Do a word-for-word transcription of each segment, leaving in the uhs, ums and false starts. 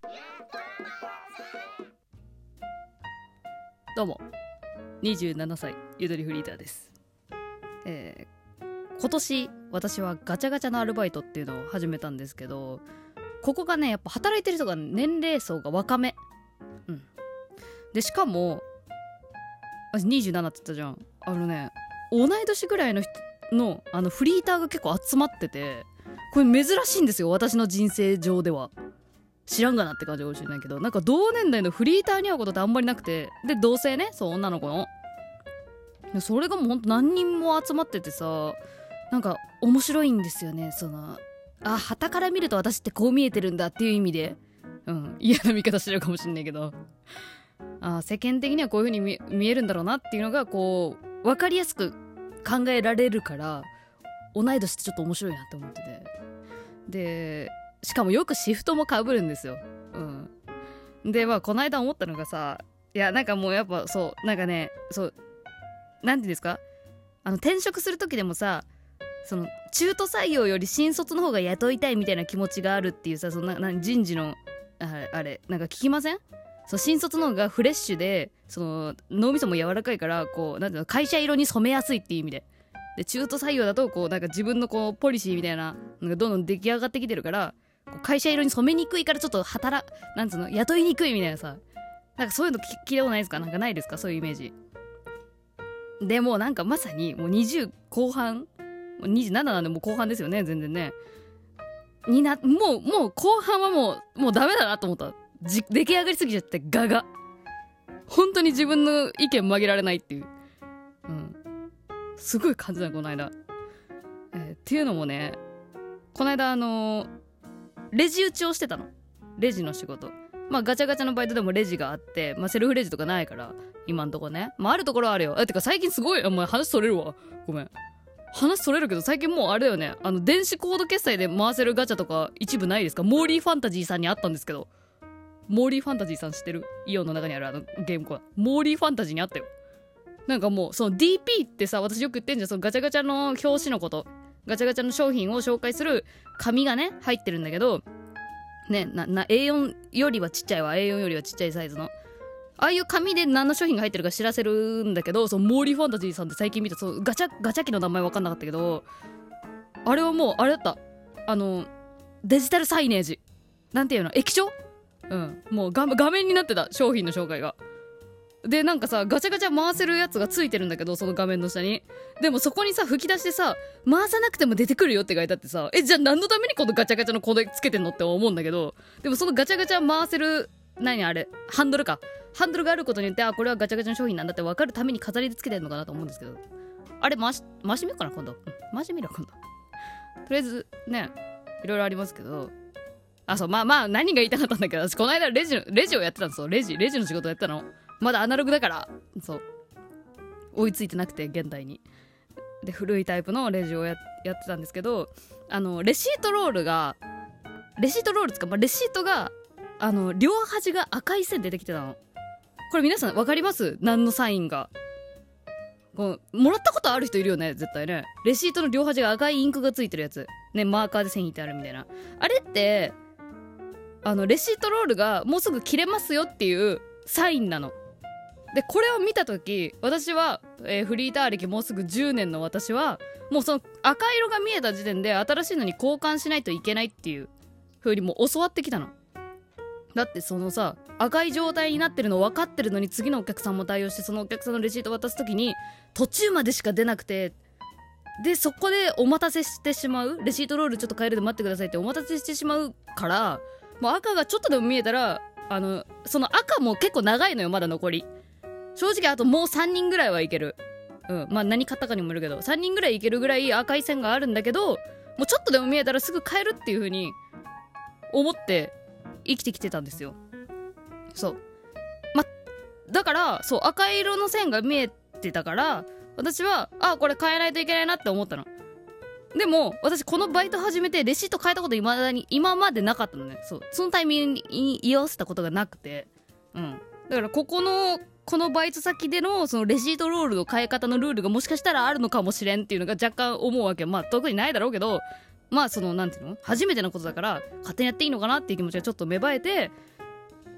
どうもにじゅうななさいゆとりフリーターです。えー、今年私はガチャガチャのアルバイトっていうのを始めたんですけど、ここがねやっぱ働いてる人が年齢層が若め、うん、でしかも私にじゅうななって言ったじゃん。あのね同い年ぐらいの人のあのフリーターが結構集まってて、これ珍しいんですよ私の人生上では。知らんがなって感じかもしれないけど、なんか同年代のフリーターに会うことってあんまりなくて、で同性ね、そう女の子のそれがもうほんと何人も集まっててさ、なんか面白いんですよね。そのあ旗から見ると私ってこう見えてるんだっていう意味で、うん嫌な見方してるかもしれないけど、あ世間的にはこういう風に 見, 見えるんだろうなっていうのがこう分かりやすく考えられるから、同い年ってちょっと面白いなって思ってて、でしかもよくシフトも被るんですよ。うんでまあこの間思ったのがさ、いやなんかもうやっぱそうなんかね、そうなんていうんですか、あの転職する時でもさ、その中途採用より新卒の方が雇いたいみたいな気持ちがあるっていうさ、そのなな人事のあれあれなんか聞きません？そう新卒の方がフレッシュで、その脳みそも柔らかいから、こうなんていうの、会社色に染めやすいっていう意味で、で中途採用だとこうなんか自分のこうポリシーみたいなのがどんどん出来上がってきてるから、会社色に染めにくいからちょっと働なんつうの雇いにくいみたいなさ、なんかそういうの聞いたことないですか？なんかないですかそういうイメージ。でもなんかまさにもうにじゅう後半、にじゅうなななんでもう後半ですよね、全然ね。になもうもう後半はもうもうダメだなと思った。じ出来上がりすぎちゃってガが本当に自分の意見曲げられないっていう、うんすごい感じだこの間、えー、っていうのもね、この間あのー、レジ打ちをしてたの。レジの仕事、まあガチャガチャのバイトでもレジがあって、まあセルフレジとかないから今んとこね、まああるところはあるよ。えてか最近すごい、お前話それるわ、ごめん話それるけど、最近もうあれだよね、あの電子コード決済で回せるガチャとか一部ないですか？モーリーファンタジーさんにあったんですけど、モーリーファンタジーさん知ってる？イオンの中にあるあのゲームコーナー、モーリーファンタジーにあったよ。なんかもうその ディーピー ってさ、私よく言ってんじゃん、そのガチャガチャの表紙のこと、ガチャガチャの商品を紹介する紙がね入ってるんだけどね、なな エーよん よりはちっちゃいわ、 エーよん よりはちっちゃいサイズのああいう紙で何の商品が入ってるか知らせるんだけど、そのモーリーファンタジーさんって最近見た、そのガチャガチャ機の名前分かんなかったけど、あれはもうあれだった、あのデジタルサイネージなんていうの、液晶、うんもう画面になってた商品の紹介が。でなんかさガチャガチャ回せるやつがついてるんだけど、その画面の下に、でもそこにさ吹き出してさ、回さなくても出てくるよって書いてあってさ、えじゃあ何のためにこのガチャガチャのコードつけてんのって思うんだけど、でもそのガチャガチャ回せる何あれハンドルか、ハンドルがあることによって、あこれはガチャガチャの商品なんだって分かるために飾りでつけてるのかなと思うんですけど、あれ回し回してみようかな今度、うん、回してみろ今度。とりあえずねいろいろありますけど、あそうまあまあ何が言いたかったんだけど、私この間レジのレジをやってたんですよ。レジレジの仕事やってたの。まだアナログだからそう追いついてなくて現代に。で古いタイプのレジを や, やってたんですけど、あのレシートロールがレシートロールつか、まあ、レシートがあの両端が赤い線出てきてたの。これ皆さん分かります？何のサインがこうもらったことある人いるよね絶対ね。レシートの両端が赤いインクがついてるやつね、マーカーで線引いてあるみたいな、あれってあのレシートロールがもうすぐ切れますよっていうサインなの。でこれを見た時私は、えー、フリーター歴もうすぐじゅうねんの私はもうその赤色が見えた時点で新しいのに交換しないといけないっていう風にもう教わってきたの。だってそのさ赤い状態になってるの分かってるのに、次のお客さんも対応して、そのお客さんのレシート渡す時に途中までしか出なくて、でそこでお待たせしてしまう、レシートロールちょっと変えるで待ってくださいってお待たせしてしまうから、もう赤がちょっとでも見えたら、あのその赤も結構長いのよまだ残り。正直あともうさんにんぐらいはいける、うんまあ何買ったかにもよるけどさんにんぐらいいけるぐらい赤い線があるんだけど、もうちょっとでも見えたらすぐ変えるっていう風に思って生きてきてたんですよ。そうまだからそう赤色の線が見えてたから、私はあこれ変えないといけないなって思ったの。でも私このバイト始めてレシート変えたこと今だに今までなかったのね。そうそのタイミングに居合わせたことがなくて、うんだからここのこのバイト先でのそのレシートロールの変え方のルールがもしかしたらあるのかもしれんっていうのが若干思うわけ。まあ特にないだろうけど、まあそのなんていうの初めてのことだから勝手にやっていいのかなっていう気持ちがちょっと芽生えて、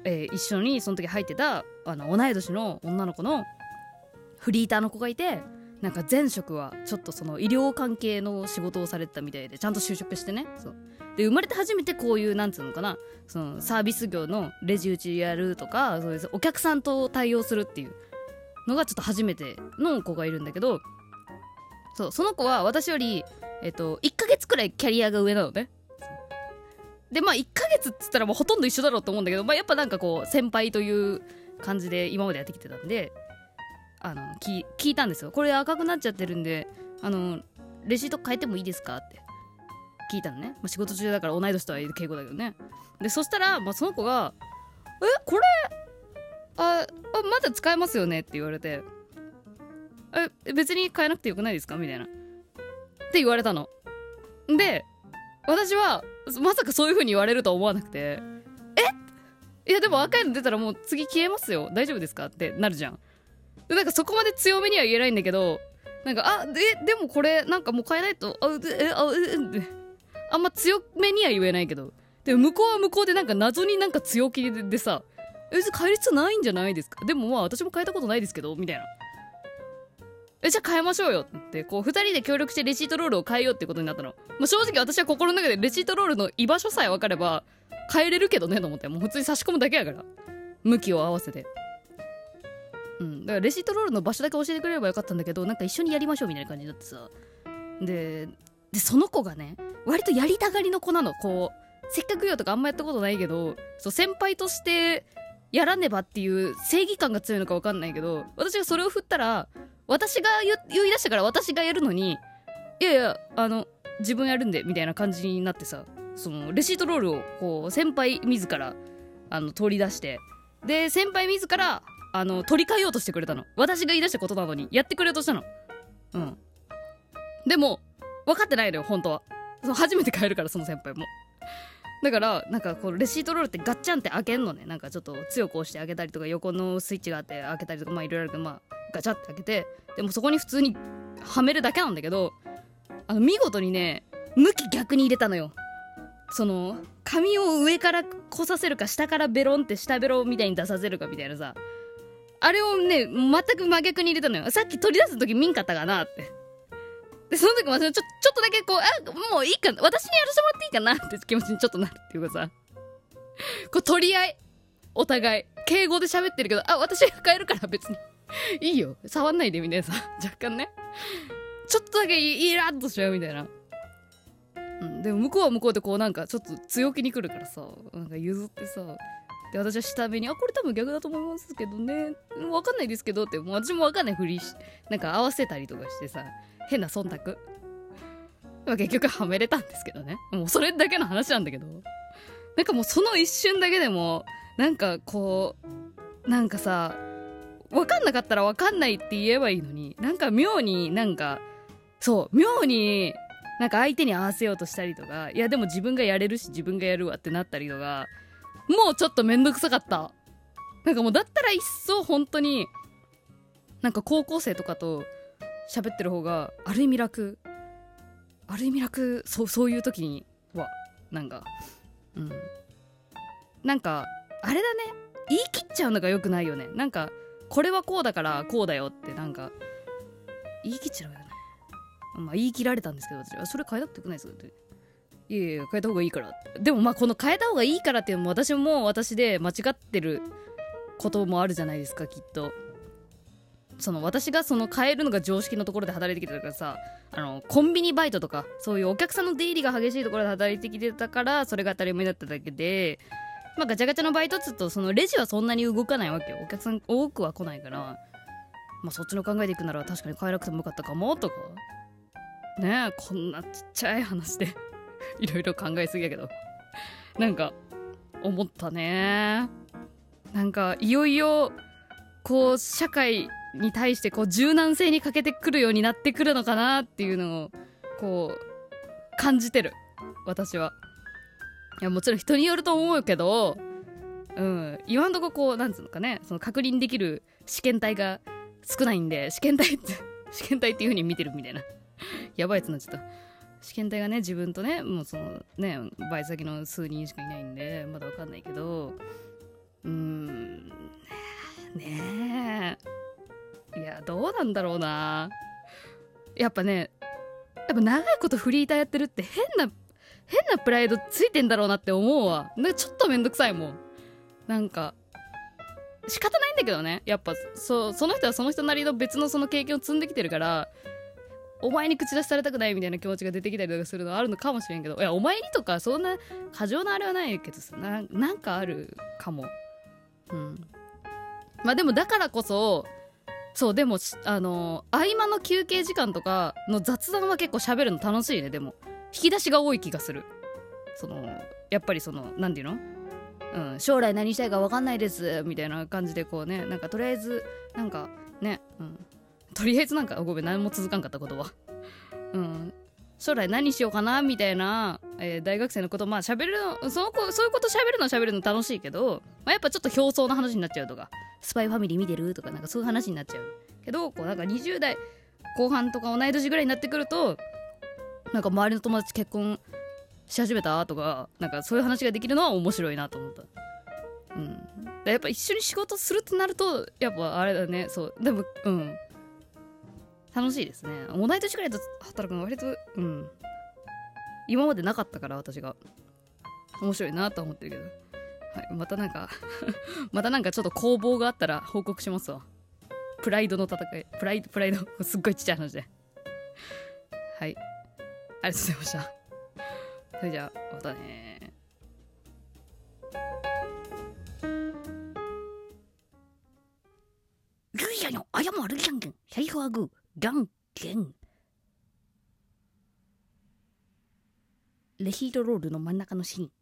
えー、一緒にその時入ってたあの同い年の女の子のフリーターの子がいて、なんか前職はちょっとその医療関係の仕事をされてたみたいで、ちゃんと就職してね、そうで生まれて初めてこういうなんつうのかな、そのサービス業のレジ打ちやるとか、そういうお客さんと対応するっていうのがちょっと初めての子がいるんだけど、そうその子は私より、えっと、いっかげつくらいキャリアが上なのね。でまあいっかげつっつったらもうほとんど一緒だろうと思うんだけど、まあ、やっぱなんかこう先輩という感じで今までやってきてたんで、あの 聞, 聞いたんですよ。これ赤くなっちゃってるんで、あのレシート変えてもいいですかって聞いたのね、まあ、仕事中だから同い年とは敬語だけどね。でそしたら、まあ、その子がえこれああまだ使えますよねって言われて、え別に変えなくてよくないですかみたいなって言われたの。で私はまさかそういう風に言われるとは思わなくて、えいやでも赤いの出たらもう次消えますよ大丈夫ですかってなるじゃん。でなんかそこまで強めには言えないんだけど、なんかあででもこれなんかもう変えないとあえあえあんま強めには言えないけど、でも向こうは向こうでなんか謎になんか強気ででさ、え変える必要ないんじゃないですか、でもまあ私も変えたことないですけどみたいな、えじゃあ変えましょうよってこうふたりで協力してレシートロールを変えようってことになったの。まあ、正直私は心の中でレシートロールの居場所さえ分かれば変えれるけどねと思って、もう普通に差し込むだけやから向きを合わせて、うん、だからレシートロールの場所だけ教えてくれればよかったんだけど、なんか一緒にやりましょうみたいな感じになってさ、ででその子がね割とやりたがりの子なの。こう接客業とかあんまやったことないけど、そう先輩としてやらねばっていう正義感が強いのか分かんないけど、私がそれを振ったら私が言い出したから私がやるのに、いやいやあの自分やるんでみたいな感じになってさ、そのレシートロールをこう先輩自らあの取り出して、で先輩自らあの取り替えようとしてくれたの。私が言い出したことなのにやってくれようとしたの。うんでも分かってないのよ本当は。その初めて変えるからその先輩も。だからなんかこうレシートロールってガッチャンって開けんのね。なんかちょっと強く押して開けたりとか、横のスイッチがあって開けたりとか、まあいろいろあるけど、まあガチャって開けて、でもそこに普通にはめるだけなんだけど、あの見事にね向き逆に入れたのよ。その紙を上からこさせるか下からベロンって下ベロみたいに出させるかみたいなさ、あれをね全く真逆に入れたのよ。さっき取り出す時見んかったかなって。でその時もちょ、ちょっとだけこうあもういいか私にやらせてもらっていいかなって気持ちにちょっとなるっていうかさ、こう取り合い、お互い敬語で喋ってるけど、あ私が変えるから別にいいよ触んないでみたいなさ、若干ねちょっとだけイラッとしちゃうみたいな、うん、でも向こうは向こうでこうなんかちょっと強気に来るからさ、なんか譲ってさ、で私は下目にあこれ多分逆だと思いますけどね分かんないですけどって、もう私も分かんないふりしなんか合わせたりとかしてさ、変な忖度、まあ、結局はめれたんですけどね、もうそれだけの話なんだけど、なんかもうその一瞬だけでもなんかこうなんかさ分かんなかったら分かんないって言えばいいのに、なんか妙になんかそう妙になんか相手に合わせようとしたりとか、いやでも自分がやれるし自分がやるわってなったりとか、もうちょっとめんどくさかった。なんかもうだったら一層本当になんか高校生とかと喋ってる方がある意味楽ある意味楽、そうそういう時にはなんかうんなんかあれだね、言い切っちゃうのが良くないよね。なんかこれはこうだからこうだよってなんか言い切っちゃうよね。まあ言い切られたんですけど、私はそれ変えなくてよくないですかって、いやいや変えた方がいいから。でもまあこの変えた方がいいからっていうのも私も私で間違ってることもあるじゃないですかきっと。その私がその変えるのが常識のところで働いてきてたからさ、あのコンビニバイトとかそういうお客さんの出入りが激しいところで働いてきてたから、それが当たり前だっただけで、まあガチャガチャのバイトっつうとそのレジはそんなに動かないわけよ。お客さん多くは来ないから、まあそっちの考えでいくなら確かに変えなくてもよかったかもとかねえ、こんなちっちゃい話でいろいろ考えすぎやけどなんか思ったね。なんかいよいよこう社会に対してこう柔軟性に欠けてくるようになってくるのかなっていうのをこう感じてる私は。いやもちろん人によると思うけど、うん今んとここうなんつうのかね、その確認できる試験体が少ないんで、試験体って試験体っていう風に見てるみたいなやばいやつになっちゃった。試験体がね自分とねもうそのねバイト先の数人しかいないんでまだわかんないけど、うーねえ、いやどうなんだろうな。やっぱね、やっぱ長いことフリーターやってるって変な変なプライドついてんだろうなって思うわ。なんかちょっとめんどくさいもん。なんか仕方ないんだけどね、やっぱそその人はその人なりの別のその経験を積んできてるから、お前に口出しされたくないみたいな気持ちが出てきたりとかするのはあるのかもしれんけど、いやお前にとかそんな過剰なあれはないけどさ、ななんかあるかも。うん。まあでもだからこそ、そうでもあの合間の休憩時間とかの雑談は結構喋るの楽しいね。でも引き出しが多い気がする。そのやっぱりそのなんていうの、うん、将来何したいか分かんないですみたいな感じでこうね、なんかとりあえずなんかね、うん、とりあえずなんかごめん何も続かんかったことはうん、将来何しようかなみたいな、えー大学生のことまあ喋るの、その子そういうこと喋るのは喋るの楽しいけど、まあ、やっぱちょっと表層の話になっちゃうとか、スパイファミリー見てるとかなんかそういう話になっちゃうけど、こうなんかにじゅう代後半とか同い年ぐらいになってくると、なんか周りの友達結婚し始めたとか、なんかそういう話ができるのは面白いなと思った。うん、だやっぱ一緒に仕事するってなるとやっぱあれだね。そうでもうん楽しいですね。同い年くらいと働くの割とうん今までなかったから私が面白いなと思ってるけど、はい、またなんかまたなんかちょっと攻防があったら報告しますわ。プライドの戦い、プライドプライドすっごいちっちゃい話で、はい、ありがとうございました。それじゃあまたね。ルイヤの謝るじゃんけん最初はグーじゃんけん。レシートロールの真ん中のシーン。